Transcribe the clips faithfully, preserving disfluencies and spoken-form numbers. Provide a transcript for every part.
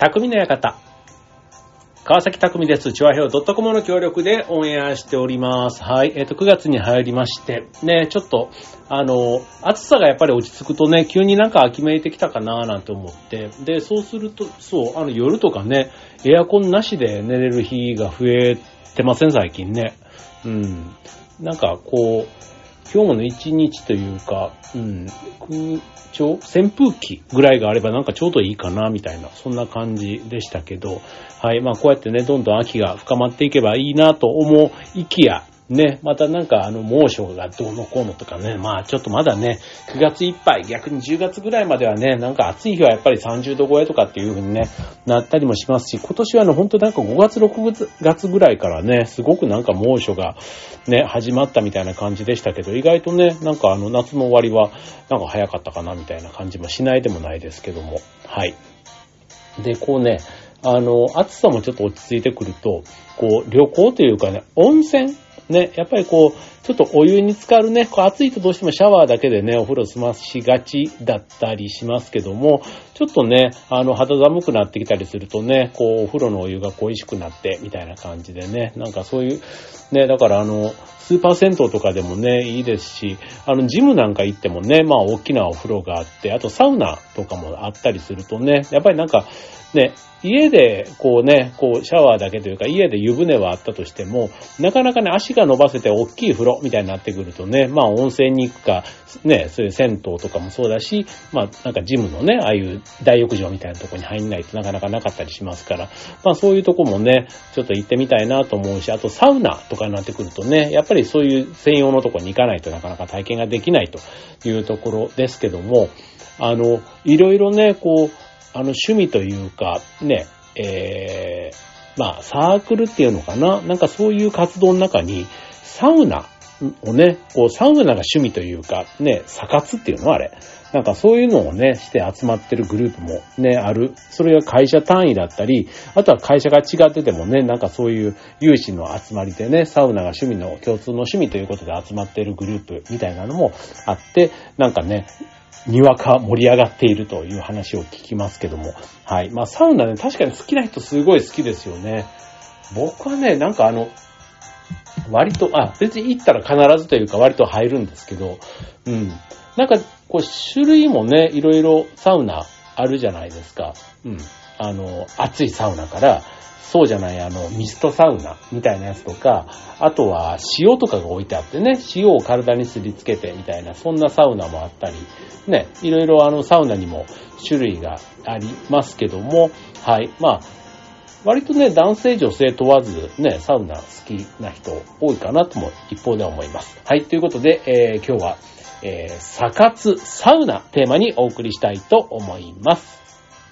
匠の館。川崎匠です。チュアヘオ .com の協力でオンエアしております。はい。えっと、くがつに入りまして、ね、ちょっと、あの、暑さがやっぱり落ち着くとね、急になんか秋めいてきたかななんて思って、で、そうすると、そう、あの、夜とかね、エアコンなしで寝れる日が増えてません、最近ね。うん。なんか、こう、今日もの一日というか、うん、空調、扇風機ぐらいがあればなんかちょうどいいかな、みたいな、そんな感じでしたけど、はい、まあこうやってね、どんどん秋が深まっていけばいいなと思いきや、ね、またなんかあの猛暑がどうのこうのとかね、まあちょっとまだね、くがついっぱい、逆にじゅうがつぐらいまではね、なんか暑い日はやっぱりさんじゅうど超えとかっていう風にね、なったりもしますし、今年はね、ほんとなんかごがつ、ろくがつぐらいからね、すごくなんか猛暑がね、始まったみたいな感じでしたけど、意外とね、なんかあの夏の終わりはなんか早かったかなみたいな感じもしないでもないですけども、はい。で、こうね、あの、暑さもちょっと落ち着いてくると、こう、旅行というかね、温泉ね、やっぱりこう、ちょっとお湯に浸かるね、こう暑いとどうしてもシャワーだけでね、お風呂済ましがちだったりしますけども、ちょっとね、あの、肌寒くなってきたりするとね、こう、お風呂のお湯が恋しくなって、みたいな感じでね、なんかそういう、ね、だからあの、スーパー銭湯とかでもね、いいですし、あの、ジムなんか行ってもね、まあ、大きなお風呂があって、あとサウナとかもあったりするとね、やっぱりなんか、ね、家でこうね、こうシャワーだけというか家で湯船はあったとしても、なかなかね足が伸ばせて大きい風呂みたいになってくるとね、まあ温泉に行くか、ね、そういう銭湯とかもそうだし、まあなんかジムのね、ああいう大浴場みたいなところに入んないとなかなかなかったりしますから、まあそういうとこもね、ちょっと行ってみたいなと思うし、あとサウナとかになってくるとね、やっぱりそういう専用のところに行かないとなかなか体験ができないというところですけども、あの、いろいろね、こう、あの趣味というか、ね、えー、まあサークルっていうのかな、なんかそういう活動の中にサウナをね、こうサウナが趣味というか、ね、サ活っていうのあれ。なんかそういうのをね、して集まってるグループもね、ある。それが会社単位だったり、あとは会社が違っててもね、なんかそういう有志の集まりでね、サウナが趣味の、共通の趣味ということで集まってるグループみたいなのもあって、なんかね、にわか盛り上がっているという話を聞きますけども。はい。まあサウナね、確かに好きな人すごい好きですよね。僕はね、なんかあの、割と、あ、別に行ったら必ずというか割と入るんですけど、うん。なんか、こう、種類もね、いろいろサウナあるじゃないですか。うん。あの、暑いサウナから、そうじゃない、あの、ミストサウナみたいなやつとか、あとは塩とかが置いてあってね、塩を体にすりつけてみたいな、そんなサウナもあったり、ね、いろいろあの、サウナにも種類がありますけども、はい、まあ、割とね、男性女性問わずね、サウナ好きな人多いかなとも一方では思います。はい、ということで、えー、今日は、えー、サ活サウナテーマにお送りしたいと思います。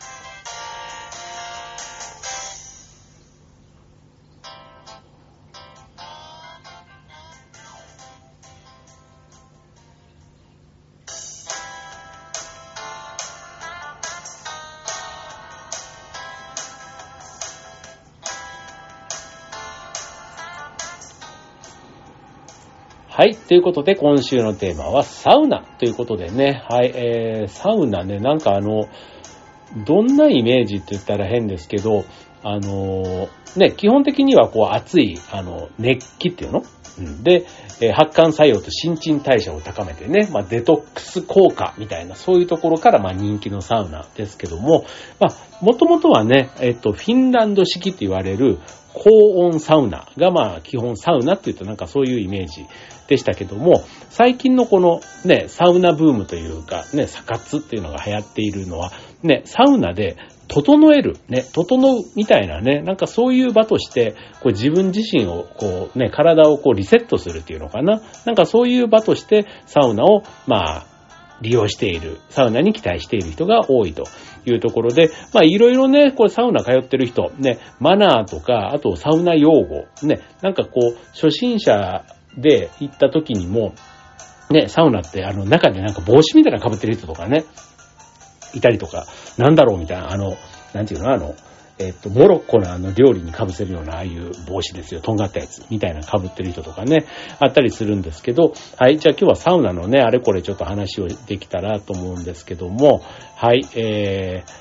はい。ということで、今週のテーマはサウナということでね。はい。えー、サウナね、なんかあの、どんなイメージって言ったら変ですけど、あのー、ね、基本的にはこう熱い、あの、熱気っていうの、うん、で、えー、発汗作用と新陳代謝を高めてね、まあデトックス効果みたいな、そういうところからまあ人気のサウナですけども、まあ、もともとはね、えっと、フィンランド式って言われる高温サウナがまあ基本サウナって言うとなんかそういうイメージでしたけども、最近のこのね、サウナブームというかね、サ活っていうのが流行っているのは、ね、サウナで整える、ね、整うみたいなね、なんかそういう場として、こう自分自身をこうね、体をこうリセットするっていうのかな。なんかそういう場としてサウナを、まあ、利用している、サウナに期待している人が多いというところで、まあいろいろね、これサウナ通ってる人、ね、マナーとか、あとサウナ用語、ね、なんかこう、初心者で行った時にも、ね、サウナってあの中でなんか帽子みたいなの被ってる人とかね、いたりとか、なんだろうみたいな、あの、なんていうの、あの、えっと、モロッコのあの料理に被せるようなああいう帽子ですよ。とんがったやつみたいな被ってる人とかね、あったりするんですけど、はい、じゃあ今日はサウナのね、あれこれちょっと話をできたらと思うんですけども、はい、えー、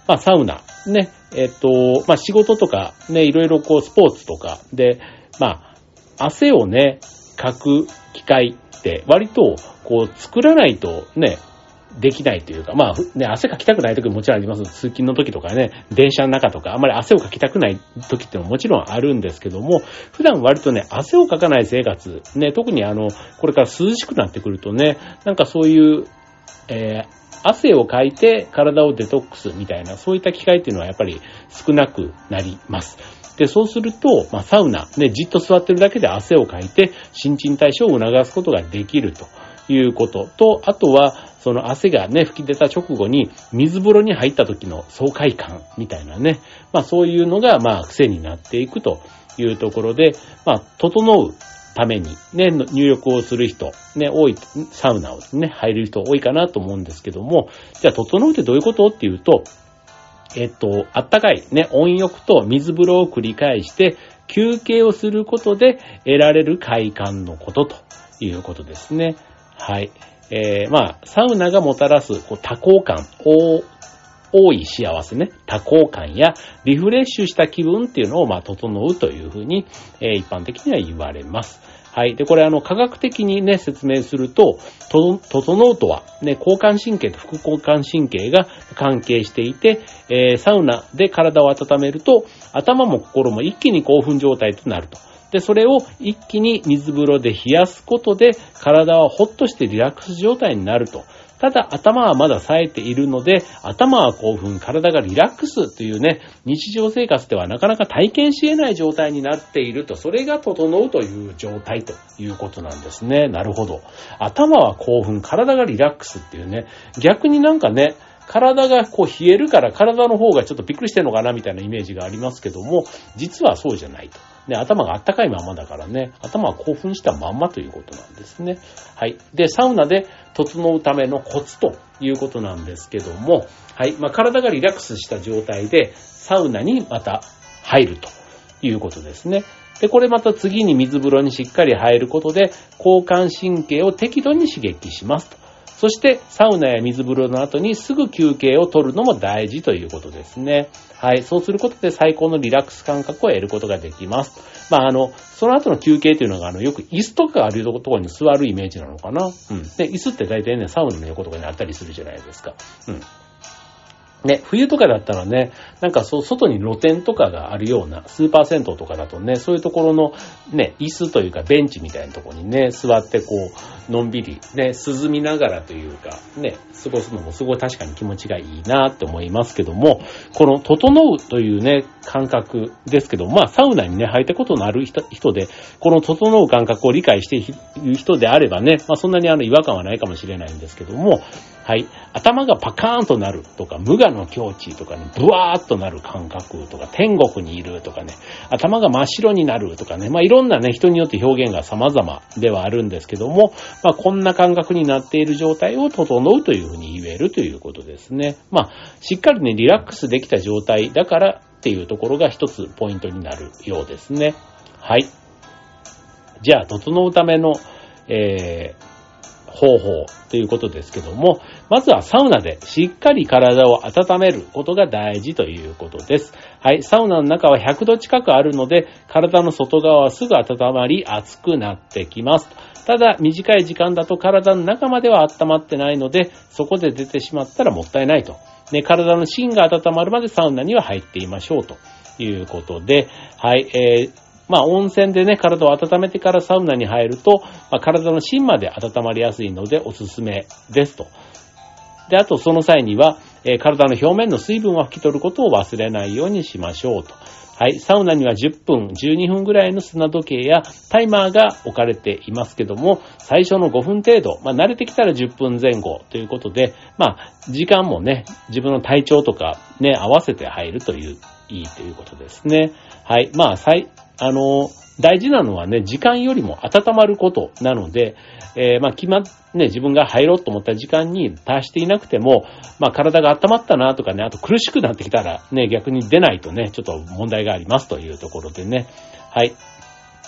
まあ、サウナ、ね、えっと、まあ、仕事とか、ね、いろいろこう、スポーツとかで、まあ、汗をね、かく機会って割と、こう、作らないとね、できないというか、まあ、ね、汗かきたくない時ももちろんあります。通勤の時とかね、電車の中とか、あんまり汗をかきたくない時っていうのももちろんあるんですけども、普段割とね、汗をかかない生活、ね、特にあの、これから涼しくなってくるとね、なんかそういう、えー、汗をかいて体をデトックスみたいな、そういった機会っていうのはやっぱり少なくなります。で、そうすると、まあ、サウナ、ね、じっと座ってるだけで汗をかいて、新陳代謝を促すことができるということと、あとは、その汗がね、吹き出た直後に、水風呂に入った時の爽快感みたいなね、まあ、そういうのが、まあ、癖になっていくというところで、まあ、整うために、ね、入浴をする人、ね、多い、サウナをね、入る人多いかなと思うんですけども、じゃあ、整うってどういうことっていうと、えっと、あったかいね、温浴と水風呂を繰り返して休憩をすることで得られる快感のことということですね。はい。えー、まあ、サウナがもたらすこう多幸感、多い幸せね、多幸感やリフレッシュした気分っていうのをまあ整うというふうに、えー、一般的には言われます。はい。で、これあの、科学的にね、説明すると、と、整うとは、ね、交感神経と副交感神経が関係していて、えー、サウナで体を温めると、頭も心も一気に興奮状態となると。で、それを一気に水風呂で冷やすことで、体はほっとしてリラックス状態になると。ただ頭はまだ冴えているので、頭は興奮、体がリラックスというね、日常生活ではなかなか体験し得ない状態になっていると、それが整うという状態ということなんですね。なるほど。頭は興奮、体がリラックスっていうね、逆になんかね、体がこう冷えるから体の方がちょっとびっくりしてるのかなみたいなイメージがありますけども、実はそうじゃないと。ね、頭があったかいままだからね、頭は興奮したまんまということなんですね。はい。で、サウナで整うためのコツということなんですけども、はい。まあ、体がリラックスした状態でサウナにまた入るということですね。で、これまた次に水風呂にしっかり入ることで、交感神経を適度に刺激しますと。そしてサウナや水風呂の後にすぐ休憩を取るのも大事ということですね。はい。そうすることで最高のリラックス感覚を得ることができます。まあ、あの、その後の休憩というのが、あの、よく椅子とかがあるところに座るイメージなのかな。うん。で、椅子って大体ね、サウナの横とかにあったりするじゃないですか。うん。ね、冬とかだったらね、なんかそう、外に露店とかがあるような、スーパー銭湯とかだとね、そういうところのね、椅子というかベンチみたいなところにね、座ってこう、のんびり、ね、涼みながらというか、ね、過ごすのもすごい確かに気持ちがいいなって思いますけども、この、整うというね、感覚ですけど、まあ、サウナにね、入ったことのある人で、この整う感覚を理解している人であればね、まあ、そんなにあの違和感はないかもしれないんですけども、はい。頭がパカーンとなるとか、無我の境地とかね、ブワーっとなる感覚とか、天国にいるとかね、頭が真っ白になるとかね、まあいろんなね、人によって表現が様々ではあるんですけども、まあこんな感覚になっている状態を整うというふうに言えるということですね。まあ、しっかりね、リラックスできた状態だからっていうところが一つポイントになるようですね。はい。じゃあ、整うための、えー、方法ということですけども、まずはサウナでしっかり体を温めることが大事ということです。はい、サウナの中はひゃくど近くあるので、体の外側はすぐ温まり熱くなってきます。ただ、短い時間だと体の中までは温まってないので、そこで出てしまったらもったいないと。ね、体の芯が温まるまでサウナには入っていましょうということで、はい、えーまあ温泉でね、体を温めてからサウナに入ると、まあ、体の芯まで温まりやすいのでおすすめですと。で、あとその際には、えー、体の表面の水分を拭き取ることを忘れないようにしましょうと。はい、サウナにはじゅっぷん、じゅうにふんぐらいの砂時計やタイマーが置かれていますけども、最初のごふん程度、まあ慣れてきたらじゅっぷんぜん後ということで、まあ時間もね、自分の体調とかね、合わせて入るという、いいということですね。はい、まあ最、あの、大事なのはね、時間よりも温まることなので、えー、まあ決まっ、ね、自分が入ろうと思った時間に達していなくても、まあ体が温まったなとかね、あと苦しくなってきたらね、逆に出ないとね、ちょっと問題がありますというところでね。はい。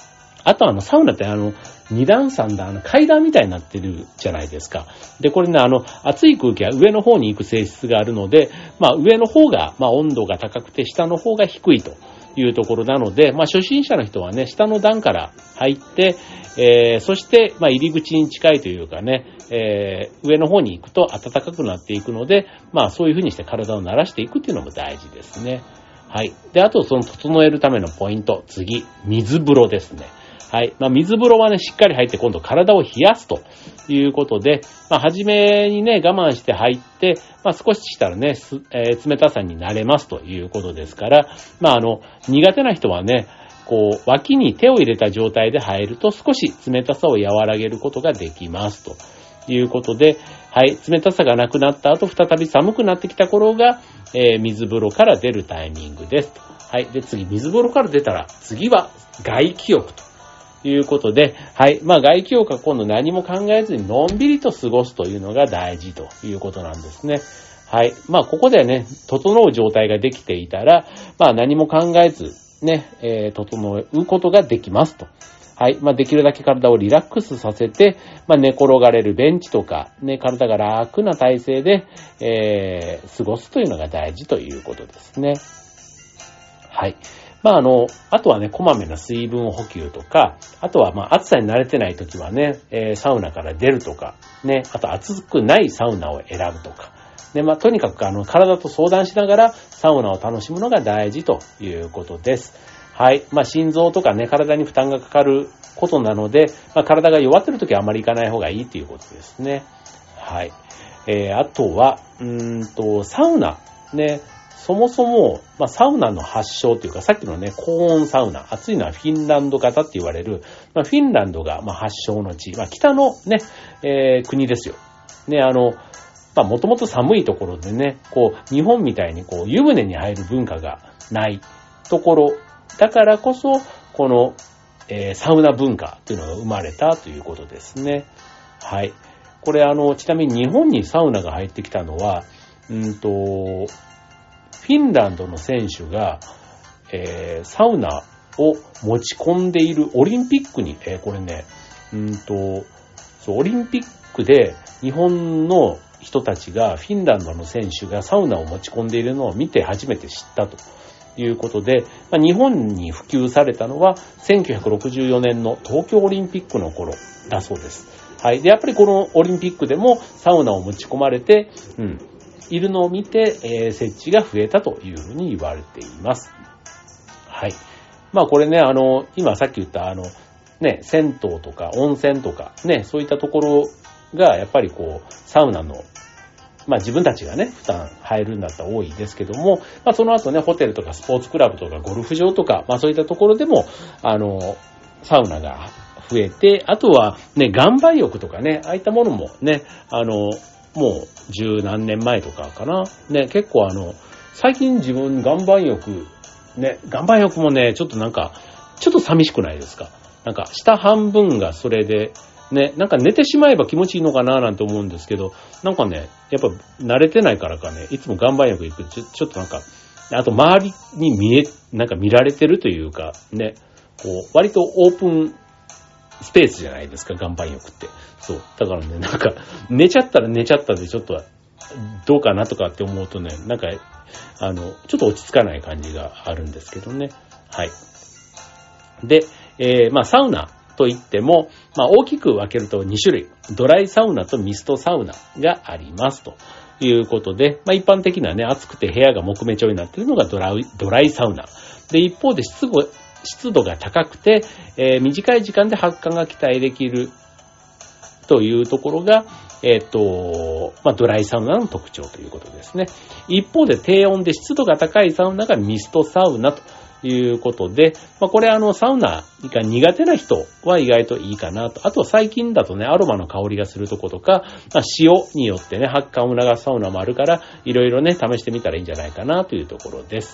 あとあの、サウナってあの、二段三段、あの階段みたいになってるじゃないですか。で、これね、あの、熱い空気は上の方に行く性質があるので、まあ上の方が、まあ温度が高くて、下の方が低いというところなので、まあ初心者の人はね、下の段から入って、えー、そして、まあ入り口に近いというかね、えー、上の方に行くと暖かくなっていくので、まあそういう風にして体を慣らしていくっていうのも大事ですね。はい。で、あとその整えるためのポイント、次、水風呂ですね。はい。まあ、水風呂はね、しっかり入って今度体を冷やすということで、まあ、初めにね、我慢して入って、まあ、少ししたらね、えー、冷たさに慣れますということですから、まあ、あの、苦手な人はね、こう、脇に手を入れた状態で入ると少し冷たさを和らげることができますということで、はい。冷たさがなくなった後、再び寒くなってきた頃が、えー、水風呂から出るタイミングですと。はい。で、次、水風呂から出たら、次は外気浴と。ということで、はい。まあ外気浴は今度何も考えずにのんびりと過ごすというのが大事ということなんですね。はい。まあここでね、整う状態ができていたら、まあ何も考えずね、えー、整うことができますと。はい。まあできるだけ体をリラックスさせて、まあ寝転がれるベンチとか、ね、体が楽な体勢で、えー、過ごすというのが大事ということですね。はい。まああの、あとはね、こまめな水分補給とか、あとはまあ暑さに慣れてないときはね、えー、サウナから出るとか、ね、あと暑くないサウナを選ぶとか、ね、まあとにかくあの、体と相談しながらサウナを楽しむのが大事ということです。はい。まあ心臓とかね、体に負担がかかることなので、まあ体が弱ってるときはあまり行かない方がいいということですね。はい。えー、あとは、うーんと、サウナ、ね、そもそも、まあ、サウナの発祥というか、さっきのね、高温サウナ、暑いのはフィンランド型って言われる、まあ、フィンランドが、まあ、発祥の地、まあ、北のね、えー、国ですよ。ね、あの、まあ、もともと寒いところでね、こう、日本みたいにこう、湯船に入る文化がないところ、だからこそ、この、えー、サウナ文化というのが生まれたということですね。はい。これあの、ちなみに日本にサウナが入ってきたのは、うんと、フィンランドの選手が、えー、サウナを持ち込んでいるオリンピックに、えー、これね、うんと、そう、オリンピックで日本の人たちが、フィンランドの選手がサウナを持ち込んでいるのを見て初めて知ったということで、まあ、日本に普及されたのはせんきゅうひゃくろくじゅうよねんの東京オリンピックの頃だそうです。はい。で、やっぱりこのオリンピックでもサウナを持ち込まれて、うん。いるのを見て、えー、設置が増えたというふうに言われています。はい。まあこれね、あの、今さっき言ったあの、ね、銭湯とか温泉とか、ね、そういったところがやっぱりこう、サウナの、まあ自分たちがね、負担入るんだったら多いですけども、まあその後ね、ホテルとかスポーツクラブとかゴルフ場とか、まあそういったところでも、あの、サウナが増えて、あとはね、岩盤浴とかね、ああいったものもね、あの、もう十何年前とかかな。ね、結構あの、最近自分岩盤浴、ね、岩盤浴もね、ちょっとなんか、ちょっと寂しくないですか？なんか、下半分がそれで、ね、なんか寝てしまえば気持ちいいのかななんて思うんですけど、なんかね、やっぱ慣れてないからかね、いつも岩盤浴行くちょ、ちょっとなんか、あと周りに見え、なんか見られてるというか、ね、こう、割とオープン、スペースじゃないですか、岩盤浴って。そう。だからね、なんか、寝ちゃったら寝ちゃったでちょっと、どうかなとかって思うとね、なんか、あの、ちょっと落ち着かない感じがあるんですけどね。はい。で、えー、まあ、サウナといっても、まあ、大きく分けるとに種類。ドライサウナとミストサウナがありますということで、まあ、一般的なね、暑くて部屋が木目調になっているのがドライ、ドライサウナ。で、一方で湿度、湿度が高くて、えー、短い時間で発汗が期待できるというところが、えっと、まあ、ドライサウナの特徴ということですね。一方で低温で湿度が高いサウナがミストサウナということで、まあ、これあのサウナが苦手な人は意外といいかなと。あと最近だとね、アロマの香りがするとことか、まあ、塩によってね、発汗を促すサウナもあるから、いろいろね、試してみたらいいんじゃないかなというところです。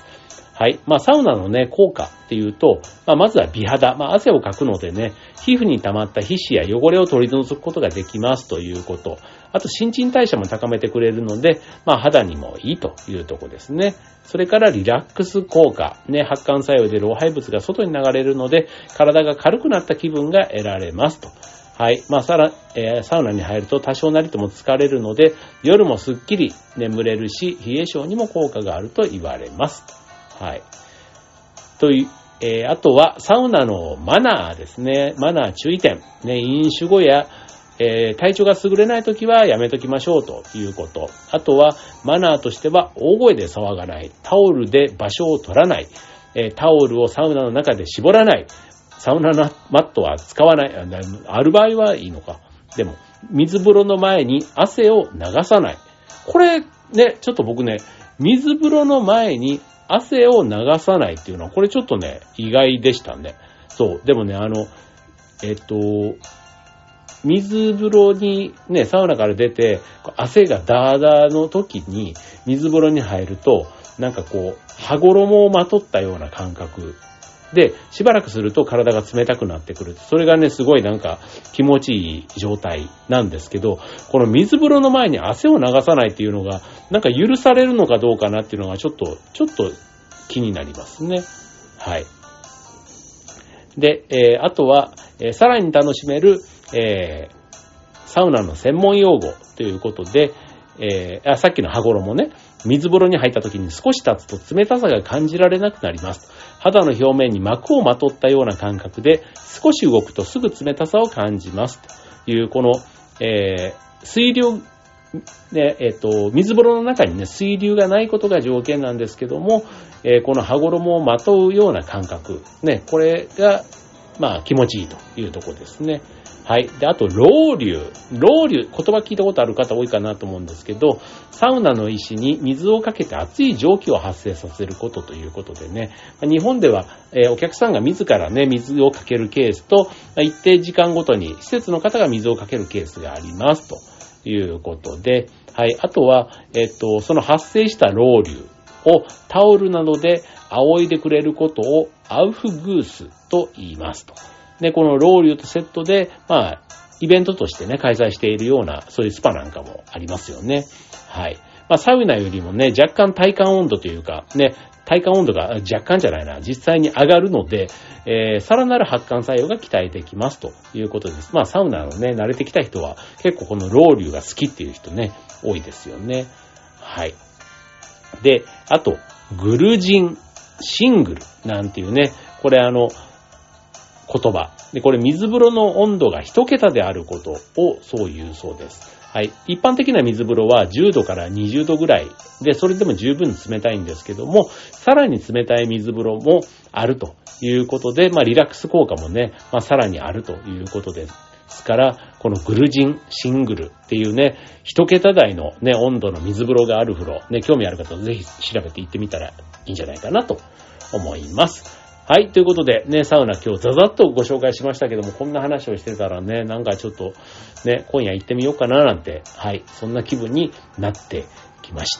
はい。まあ、サウナのね、効果っていうと、まあ、まずは美肌。まあ、汗をかくのでね、皮膚に溜まった皮脂や汚れを取り除くことができますということ。あと、新陳代謝も高めてくれるので、まあ、肌にもいいというところですね。それからリラックス効果。ね、発汗作用で老廃物が外に流れるので、体が軽くなった気分が得られますと。はい。まあ、さら、えー、サウナに入ると多少なりとも疲れるので、夜もすっきり眠れるし、冷え性にも効果があると言われます。はい。という、えー、あとは、サウナのマナーですね。マナー注意点。ね、飲酒後や、えー、体調が優れないときはやめときましょうということ。あとは、マナーとしては、大声で騒がない。タオルで場所を取らない。えー、タオルをサウナの中で絞らない。サウナのマットは使わない。ある場合はいいのか。でも、水風呂の前に汗を流さない。これ、ね、ちょっと僕ね、水風呂の前に汗を流さないっていうのは、これちょっとね、意外でしたね。そう。でもね、あの、えっと、水風呂にね、サウナから出て、汗がダーダーの時に水風呂に入ると、なんかこう、羽衣をまとったような感覚で、しばらくすると体が冷たくなってくる。それがね、すごいなんか気持ちいい状態なんですけど、この水風呂の前に汗を流さないっていうのが、なんか許されるのかどうかなっていうのがちょっと、ちょっと気になりますね。はい。で、えー、あとは、えー、さらに楽しめる、えー、サウナの専門用語ということで、えー、あさっきの羽衣ね、水風呂に入った時に少し経つと冷たさが感じられなくなります。肌の表面に膜をまとったような感覚で少し動くとすぐ冷たさを感じますというこの、えー、水流ね、えっと、水風呂の中にね、水流がないことが条件なんですけども、えー、この羽衣をまとうような感覚、ね、これが、まあ、気持ちいいというところですね。はい。で、あと、ロウリュ。ロウリュ、言葉聞いたことある方多いかなと思うんですけど、サウナの石に水をかけて熱い蒸気を発生させることということでね、日本では、えー、お客さんが自らね、水をかけるケースと、一定時間ごとに施設の方が水をかけるケースがありますということで、はい。あとは、えっと、その発生したロウリュをタオルなどで仰いでくれることをアウフグースと言いますと。で、このロウリュとセットで、まあ、イベントとしてね、開催しているような、そういうスパなんかもありますよね。はい。まあ、サウナよりもね、若干体感温度というか、ね、体感温度が若干じゃないな、実際に上がるので、えー、さらなる発汗作用が期待できますということです。まあ、サウナのね、慣れてきた人は、結構このロウリュが好きっていう人ね、多いですよね。はい。で、あと、グルジン、シングルなんていうね、これあの、言葉。で、これ水風呂の温度が一桁であることをそう言うそうです。はい。一般的な水風呂はじゅうどからにじゅうどぐらいで、それでも十分冷たいんですけども、さらに冷たい水風呂もあるということで、まあリラックス効果もね、まあさらにあるということです。ですから、このグルジンシングルっていうね、一桁台のね、温度の水風呂がある風呂、ね、興味ある方はぜひ調べて行ってみたらいいんじゃないかなと思います。はい、ということでね、サウナ今日ザザッとご紹介しましたけども、こんな話をしてたらね、なんかちょっとね、今夜行ってみようかななんて、はい、そんな気分になってきました。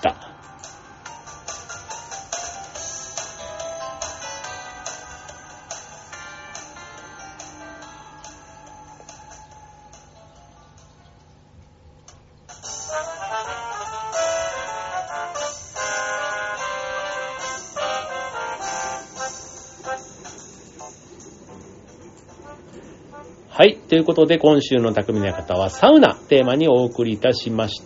はい。ということで、今週の匠の館はサウナテーマにお送りいたしました。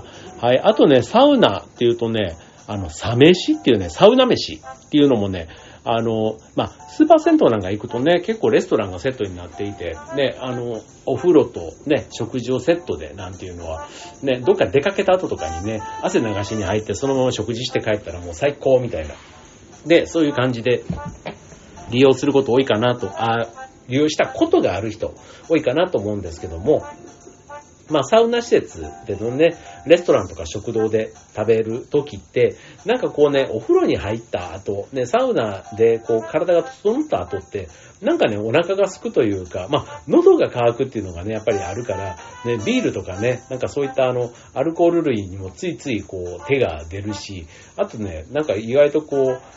はい。あとね、サウナっていうとね、あの、サ飯っていうね、サウナ飯っていうのもね、あの、まあ、スーパー銭湯なんか行くとね、結構レストランがセットになっていて、ね、あの、お風呂とね、食事をセットでなんていうのは、ね、どっか出かけた後とかにね、汗流しに入ってそのまま食事して帰ったらもう最高みたいな。で、そういう感じで利用すること多いかなと、あ利用したことがある人多いかなと思うんですけども、まあサウナ施設でのね、レストランとか食堂で食べるときって、なんかこうね、お風呂に入った後、ね、サウナでこう体が整った後って、なんかね、お腹が空くというか、まあ喉が渇くっていうのがね、やっぱりあるから、ね、ビールとかね、なんかそういったあの、アルコール類にもついついこう手が出るし、あとね、なんか意外とこう、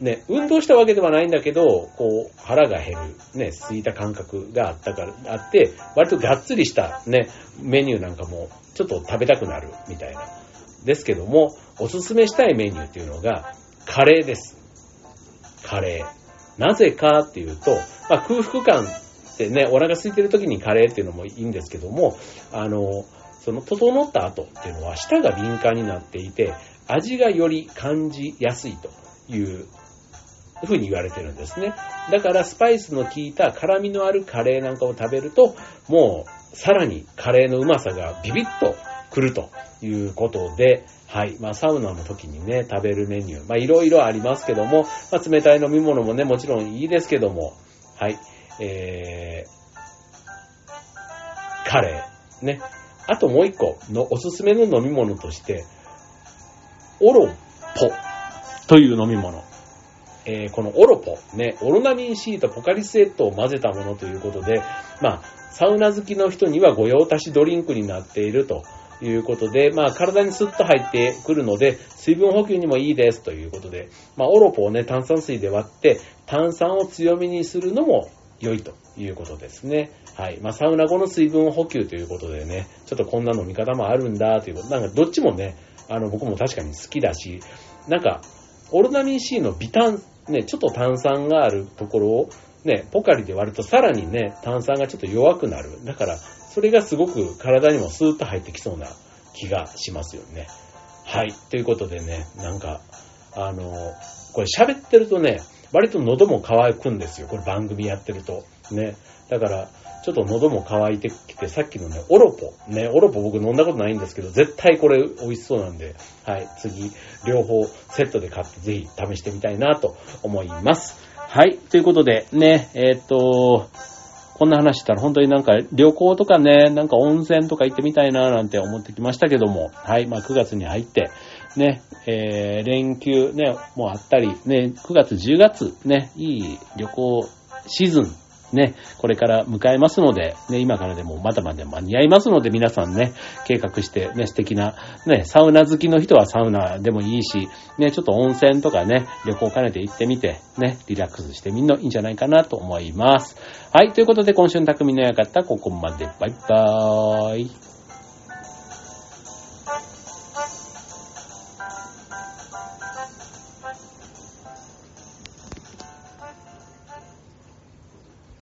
ね、運動したわけではないんだけど、こう、腹が減る、ね、空いた感覚があったから、あって、割とがっつりしたね、メニューなんかもちょっと食べたくなるみたいな。ですけども、おすすめしたいメニューっていうのが、カレーです。カレー。なぜかっていうと、まあ、空腹感ってね、お腹空いてる時にカレーっていうのもいいんですけども、あの、その整った後っていうのは舌が敏感になっていて、味がより感じやすいというふうに言われてるんですね。だからスパイスの効いた辛みのあるカレーなんかを食べると、もうさらにカレーのうまさがビビッとくるということで、はい。まあサウナの時にね、食べるメニュー。まあいろいろありますけども、まあ冷たい飲み物もね、もちろんいいですけども、はい。えー、カレー。ね。あともう一個のおすすめの飲み物として、オロポという飲み物。えー、このオロポ、ね、オロナミン C とポカリスエットを混ぜたものということで、まあ、サウナ好きの人には御用達ドリンクになっているということで、まあ、体にスッと入ってくるので、水分補給にもいいですということで、まあ、オロポをね、炭酸水で割って、炭酸を強めにするのも良いということですね。はい。まあ、サウナ後の水分補給ということでね、ちょっとこんな飲み方もあるんだということ。なんかどっちもね、あの、僕も確かに好きだし、なんか、オロナミン C の微炭、ね、ちょっと炭酸があるところを、ね、ポカリで割るとさらにね、炭酸がちょっと弱くなる。だから、それがすごく体にもスーッと入ってきそうな気がしますよね。はい。ということでね、なんか、あの、これ喋ってるとね、割と喉も渇くんですよ。これ番組やってると。ね。だから、ちょっと喉も渇いてきて、さっきのね、オロポ。ね、オロポ僕飲んだことないんですけど、絶対これ美味しそうなんで、はい、次、両方セットで買ってぜひ試してみたいなと思います。はい、ということで、ね、えー、っと、こんな話したら本当になんか旅行とかね、なんか温泉とか行ってみたいななんて思ってきましたけども、はい、まあくがつに入って、ね、えー、連休ね、もうあったり、ね、くがつ、じゅうがつ、ね、いい旅行シーズン、ね、これから迎えますので、ね、今からでもまだまだ間に合いますので、皆さんね、計画してね、素敵な、ね、サウナ好きの人はサウナでもいいし、ね、ちょっと温泉とかね、旅行兼ねて行ってみて、ね、リラックスしてみんないいんじゃないかなと思います。はい、ということで今週の匠の館、ここまで。バイバーイ。